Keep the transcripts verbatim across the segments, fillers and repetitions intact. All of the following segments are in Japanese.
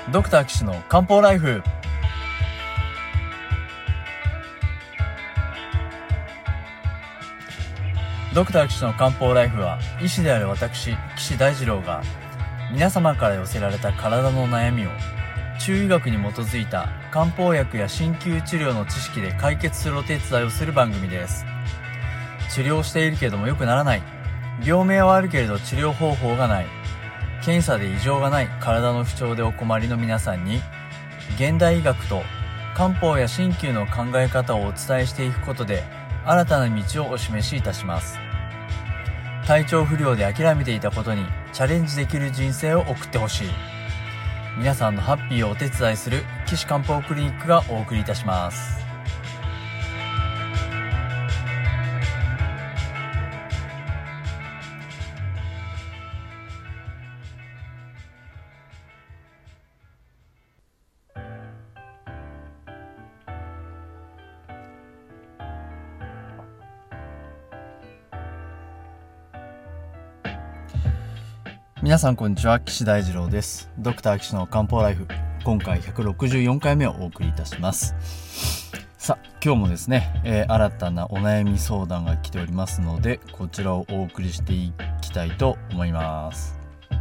ドクター岸の漢方ライフ。ドクター岸の漢方ライフは、医師である私岸大二郎が皆様から寄せられた体の悩みを中医学に基づいた漢方薬や鍼灸治療の知識で解決するお手伝いをする番組です。治療しているけれども良くならない、病名はあるけれど治療方法がない、検査で異常がない体の不調でお困りの皆さんに、現代医学と漢方や鍼灸の考え方をお伝えしていくことで新たな道をお示しいたします。体調不良で諦めていたことにチャレンジできる人生を送ってほしい。皆さんのハッピーをお手伝いする岸漢方クリニックがお送りいたします。皆さんこんにちは、岸大二郎です。ドクター岸の漢方ライフ、今回ひゃくろくじゅうよんかいめをお送りいたします。さあ今日もですね、えー、新たなお悩み相談が来ておりますので、こちらをお送りしていきたいと思います。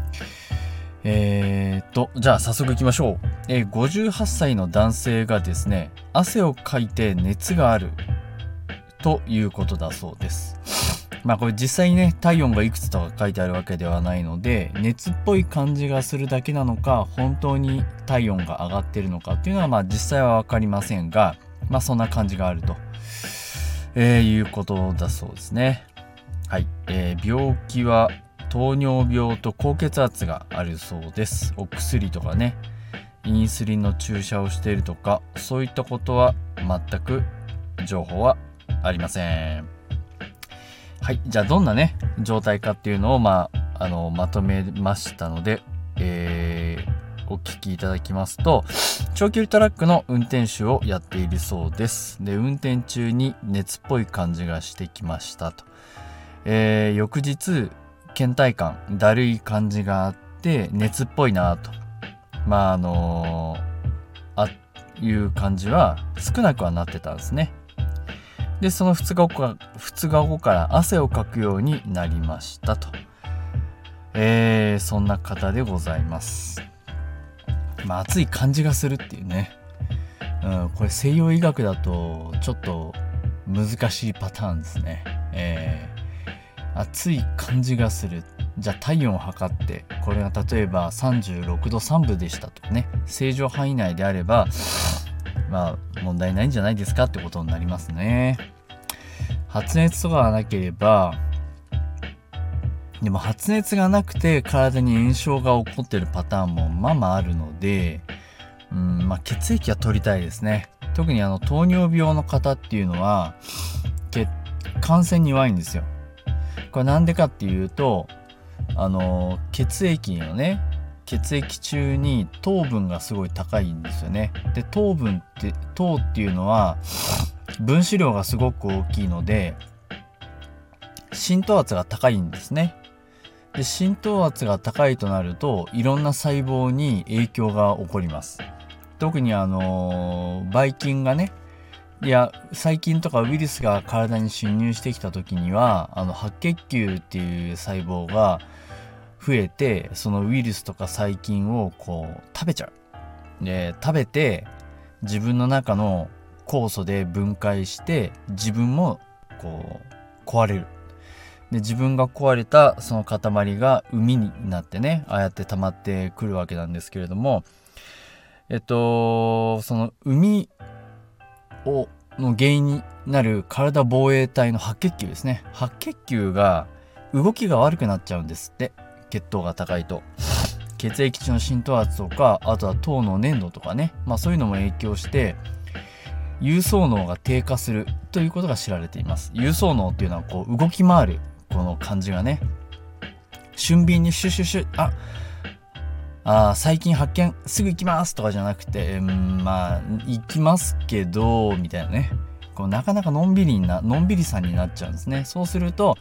えーっとじゃあ早速いきましょう。えー、ごじゅうはっさいの男性がですね、汗をかいて熱があるということだそうです。まあこれ実際にね、体温がいくつとか書いてあるわけではないので、熱っぽい感じがするだけなのか、本当に体温が上がってるのかっていうのはまあ実際は分かりませんが、まあそんな感じがあると、えー、いうことだそうですね。はい、えー、病気は糖尿病と高血圧があるそうです。お薬とかね、インスリンの注射をしているとか、そういったことは全く情報はありません。はい、じゃあどんなね状態かっていうのを、まあ、あのまとめましたので、えー、お聞きいただきますと、長距離トラックの運転手をやっているそうです。で、運転中に熱っぽい感じがしてきましたと、えー、翌日倦怠感、だるい感じがあって熱っぽいなと、まああのー、あいう感じは少なくはなってたんですね。でそのふつかごかふつかごから汗をかくようになりましたと、えー、そんな方でございます。まあ暑い感じがするっていうね、うん、これ西洋医学だとちょっと難しいパターンですね。えー、暑い感じがする。じゃあ体温を測って、これが例えばさんじゅうろくどさんぶでしたとかね、正常範囲内であればまあ問題ないんじゃないですかってことになりますね。発熱とかがなければ、でも発熱がなくて体に炎症が起こってるパターンもまあまああるので、うん、まあ血液は取りたいですね。特にあの糖尿病の方っていうのは血感染に弱いんですよ。これなんでかっていうと、あの血液のね血液中に糖分がすごい高いんですよね。で糖分って糖っていうのは分子量がすごく大きいので浸透圧が高いんですね。で浸透圧が高いとなるといろんな細胞に影響が起こります。特にあのばい菌がね、いや細菌とかウイルスが体に侵入してきた時には、あの白血球っていう細胞が増えて、そのウイルスとか細菌をこう食べちゃう。で食べて自分の中の酵素で分解して自分もこう壊れる。で自分が壊れたその塊が膿になってね、ああやって溜まってくるわけなんですけれども、えっとその膿をの原因になる体防衛隊の白血球ですね。白血球が動きが悪くなっちゃうんですって。血糖が高いと血液中の浸透圧とか、あとは糖の粘度とかね、まあそういうのも影響して有層脳が低下するということが知られています。有層脳っていうのはこう動き回るこの感じがね、俊敏にシュシュシュ、ああ細菌発見すぐ行きますとかじゃなくて、うん、まあ行きますけどみたいなね、こうなかなかのんびりなのんびりさんになっちゃうんですね。そうすると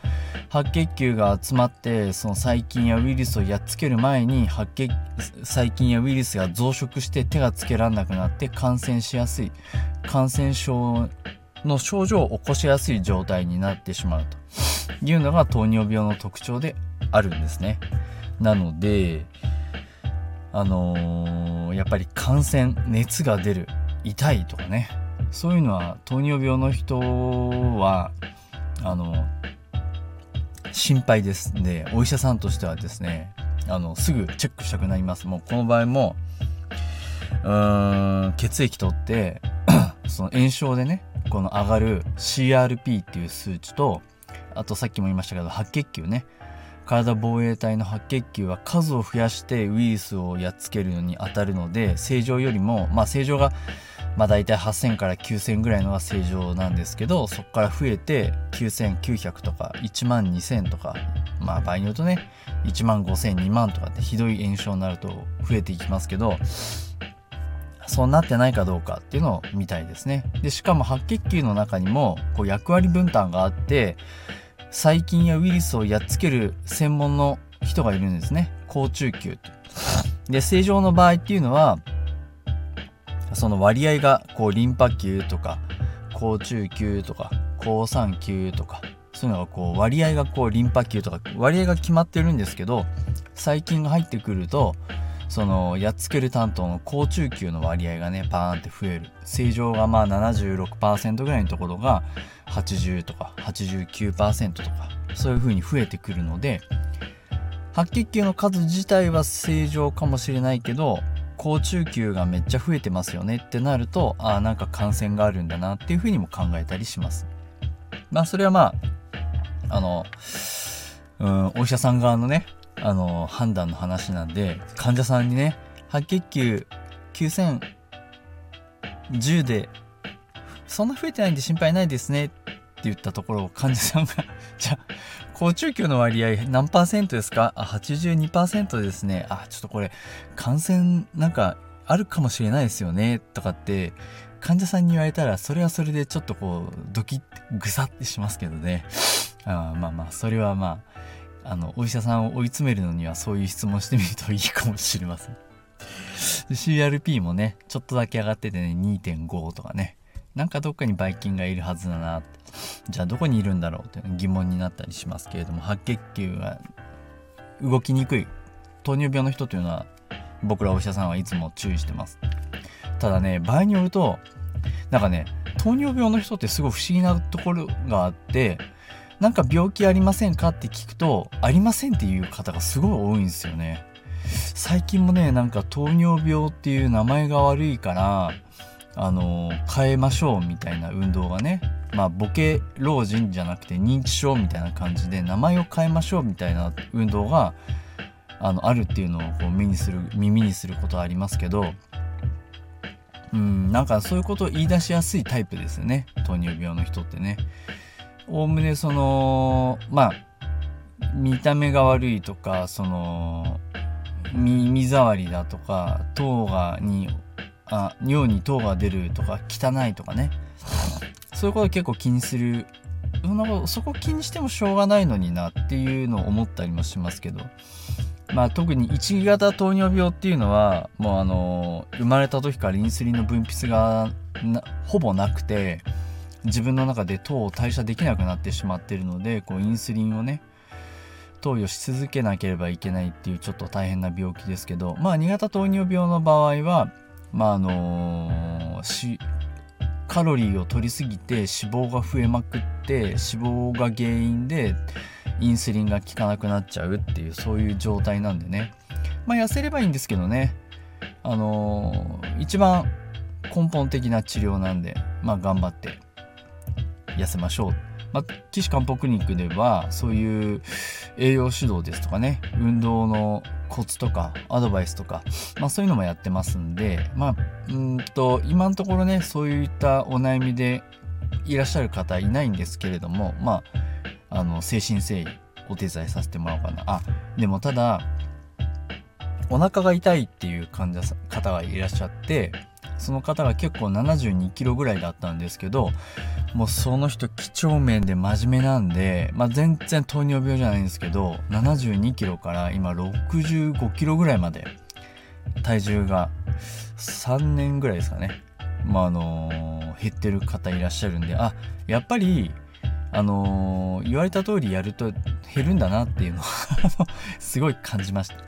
白血球が集まってその細菌やウイルスをやっつける前に白血細菌やウイルスが増殖して手がつけられなくなって感染しやすい感染症の症状を起こしやすい状態になってしまうというのが糖尿病の特徴であるんですね。なのであのー、やっぱり感染、熱が出る、痛いとかね、そういうのは糖尿病の人はあの心配ですんで、お医者さんとしてはですね、あのすぐチェックしたくなります。もうこの場合もうーん血液取ってその炎症でね、この上がる シーアールピー っていう数値と、あとさっきも言いましたけど白血球ね、体防衛隊の白血球は数を増やしてウイルスをやっつけるのに当たるので、正常よりもまあ正常がまあ大体はっせんからきゅうせんぐらいのが正常なんですけど、そこから増えてきゅうせんきゅうひゃくとかいちまんにせんとか、まあ場合によるとねいちまんごせんにまんとかってひどい炎症になると増えていきますけど、そうなってないかどうかっていうのを見たいですね。でしかも白血球の中にもこう役割分担があって、細菌やウイルスをやっつける専門の人がいるんですね。好中球で、正常の場合っていうのはその割合がこうリンパ球とか好中球とか好酸球とか、そういうのがこう割合がこうリンパ球とか割合が決まってるんですけど、細菌が入ってくるとそのやっつける担当の好中球の割合がねパーンって増える。正常がまあ ななじゅうろくパーセント ぐらいのところがはちじゅうとか はちじゅうきゅうパーセント とか、そういう風に増えてくるので、白血球の数自体は正常かもしれないけど好中球がめっちゃ増えてますよねってなると、ああなんか感染があるんだなっていう風にも考えたりします。まあそれはまああのうんお医者さん側のねあの判断の話なんで、患者さんにね白血球きゅうせんじゅうでそんな増えてないんで心配ないですねって言ったところを、患者さんがじゃあ好中球の割合何パーセントですか？あ はちじゅうにパーセント ですね。あちょっとこれ感染なんかあるかもしれないですよねとかって患者さんに言われたら、それはそれでちょっとこうドキッぐさってしますけどね。あまあまあそれはまああのお医者さんを追い詰めるのにはそういう質問してみるといいかもしれません。シーアールピー もねちょっとだけ上がっててね にてんご とかね、なんかどっかにばい菌がいるはずだな、じゃあどこにいるんだろうって疑問になったりしますけれども、白血球が動きにくい糖尿病の人というのは僕らお医者さんはいつも注意してます。ただね場合によるとなんかね糖尿病の人ってすごい不思議なところがあって、なんか病気ありませんかって聞くとありませんっていう方がすごい多いんですよね。最近もねなんか糖尿病っていう名前が悪いからあの変えましょうみたいな運動がね、まあボケ老人じゃなくて認知症みたいな感じで名前を変えましょうみたいな運動があのあるっていうのをこう目にする耳にすることはありますけど、うんなんかそういうことを言い出しやすいタイプですよね、糖尿病の人ってね。おおむねそのまあ見た目が悪いとか、その耳障りだとか、糖がにあ尿に糖が出るとか汚いとかね、そういうこと結構気にする。そこ気にしてもしょうがないのになっていうのを思ったりもしますけど、まあ特にいち型糖尿病っていうのはもうあの生まれた時からインスリンの分泌がほぼなくて、自分の中で糖を代謝できなくなってしまっているので、こうインスリンをね投与し続けなければいけないっていうちょっと大変な病気ですけど、まあに型糖尿病の場合はまああのしカロリーを取りすぎて脂肪が増えまくって、脂肪が原因でインスリンが効かなくなっちゃうっていう、そういう状態なんでね、まあ痩せればいいんですけどね、あのー、一番根本的な治療なんで、まあ頑張って痩せましょう。まあ、岸漢方クリニックではそういう栄養指導ですとかね、運動のコツとかアドバイスとか、まあ、そういうのもやってますんで、まあうんと今のところねそういったお悩みでいらっしゃる方いないんですけれども、まああの誠心誠意お手伝いさせてもらおうかな。あでもただお腹が痛いっていう患者さん方がいらっしゃって、 その方が結構ななじゅうにキロぐらいだったんですけど、もうその人几帳面で真面目なんで、まあ、全然糖尿病じゃないんですけど、ななじゅうにキロから今ろくじゅうごキロぐらいまで体重がさんねんぐらいですかね、まああのー、減ってる方いらっしゃるんで、あ、やっぱりあのー、言われた通りやると減るんだなっていうのをすごい感じました。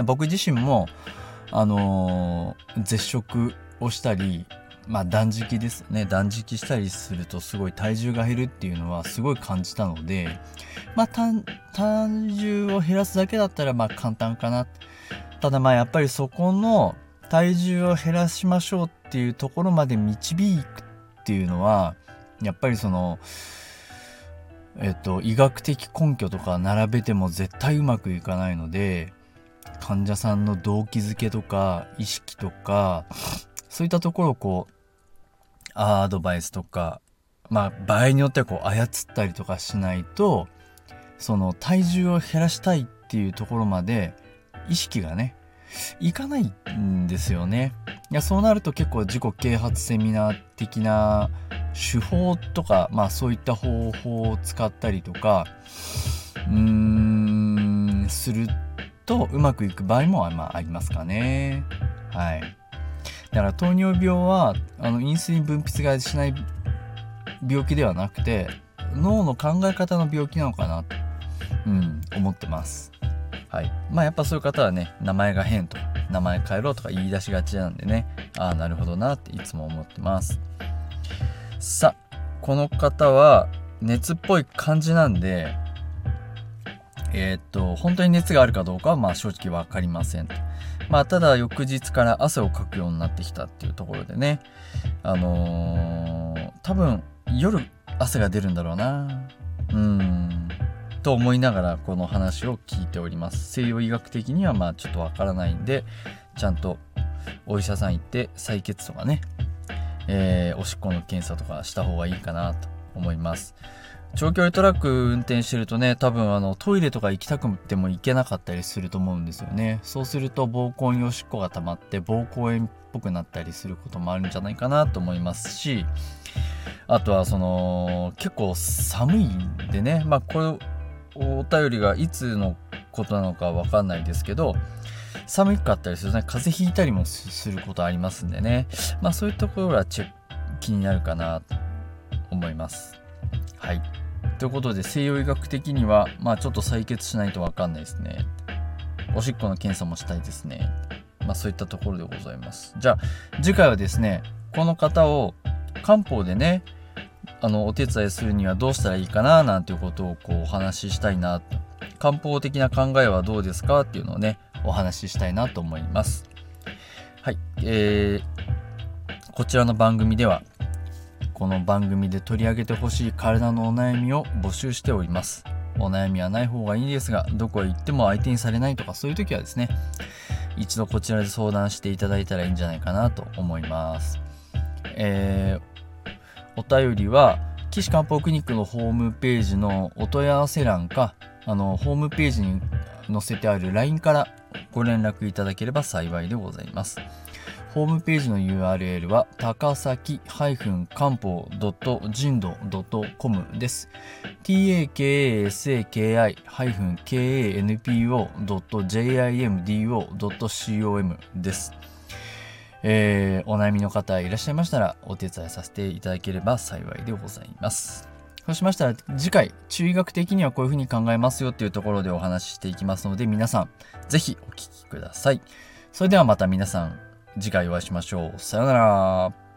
僕自身もあのー、絶食をしたり、まあ断食ですよね、断食したりするとすごい体重が減るっていうのはすごい感じたので、まあ体重を減らすだけだったらまあ簡単かな。ただまあやっぱりそこの体重を減らしましょうっていうところまで導くっていうのはやっぱりそのえっと医学的根拠とか並べても絶対うまくいかないので、患者さんの動機づけとか意識とかそういったところをこうアドバイスとか、まあ場合によってはこう操ったりとかしないと、その体重を減らしたいっていうところまで意識がねいかないんですよね。いや、そうなると結構自己啓発セミナー的な手法とか、まあそういった方法を使ったりとかうーんするとうまくいく場合もまあありますかね。はい。だから糖尿病はあのインスリン分泌がしない病気ではなくて、脳の考え方の病気なのかなと、うん、思ってます。はい。まあやっぱそういう方はね、名前が変とか名前変えろとか言い出しがちなんでね、ああなるほどなっていつも思ってます。さあ、この方は熱っぽい感じなんで、えー、っと本当に熱があるかどうかはまあ正直分かりません。まあただ翌日から汗をかくようになってきたっていうところでね、あのー、多分夜汗が出るんだろうなうーんと思いながらこの話を聞いております。西洋医学的にはまあちょっと分からないんで、ちゃんとお医者さん行って採血とかね、えー、おしっこの検査とかした方がいいかなと思います。長距離トラック運転してるとね、多分あのトイレとか行きたくても行けなかったりすると思うんですよね。そうすると膀胱におしっこが溜まって膀胱炎っぽくなったりすることもあるんじゃないかなと思いますし、あとはその結構寒いんでね、まあこれお便りがいつのことなのかわかんないですけど、寒かったりするとね、風邪ひいたりもすることありますんでね、まあそういうところはチェック気になるかなと思います。はい。ということで西洋医学的にはまあちょっと採血しないと分かんないですね。おしっこの検査もしたいですね。まあそういったところでございます。じゃあ次回はですね、この方を漢方でね、あのお手伝いするにはどうしたらいいかななんていうことをこうお話ししたいなと。漢方的な考えはどうですかっていうのをねお話ししたいなと思います。はい、えー、こちらの番組ではこの番組で取り上げてほしい体のお悩みを募集しております。お悩みはない方がいいですが、どこへ行っても相手にされないとかそういう時はですね、一度こちらで相談していただいたらいいんじゃないかなと思います。えー、お便りは岸漢方クリニックのホームページのお問い合わせ欄か、あのホームページに載せてある ライン からご連絡いただければ幸いでございます。ホームページの ユーアールエル は高崎漢方人道 .com です。タカサキ kanpo.jimdo.com です。えー、お悩みの方いらっしゃいましたらお手伝いさせていただければ幸いでございます。そうしましたら次回中医学的にはこういうふうに考えますよっていうところでお話ししていきますので、皆さんぜひお聞きください。それではまた皆さん次回お会いしましょう。さようなら。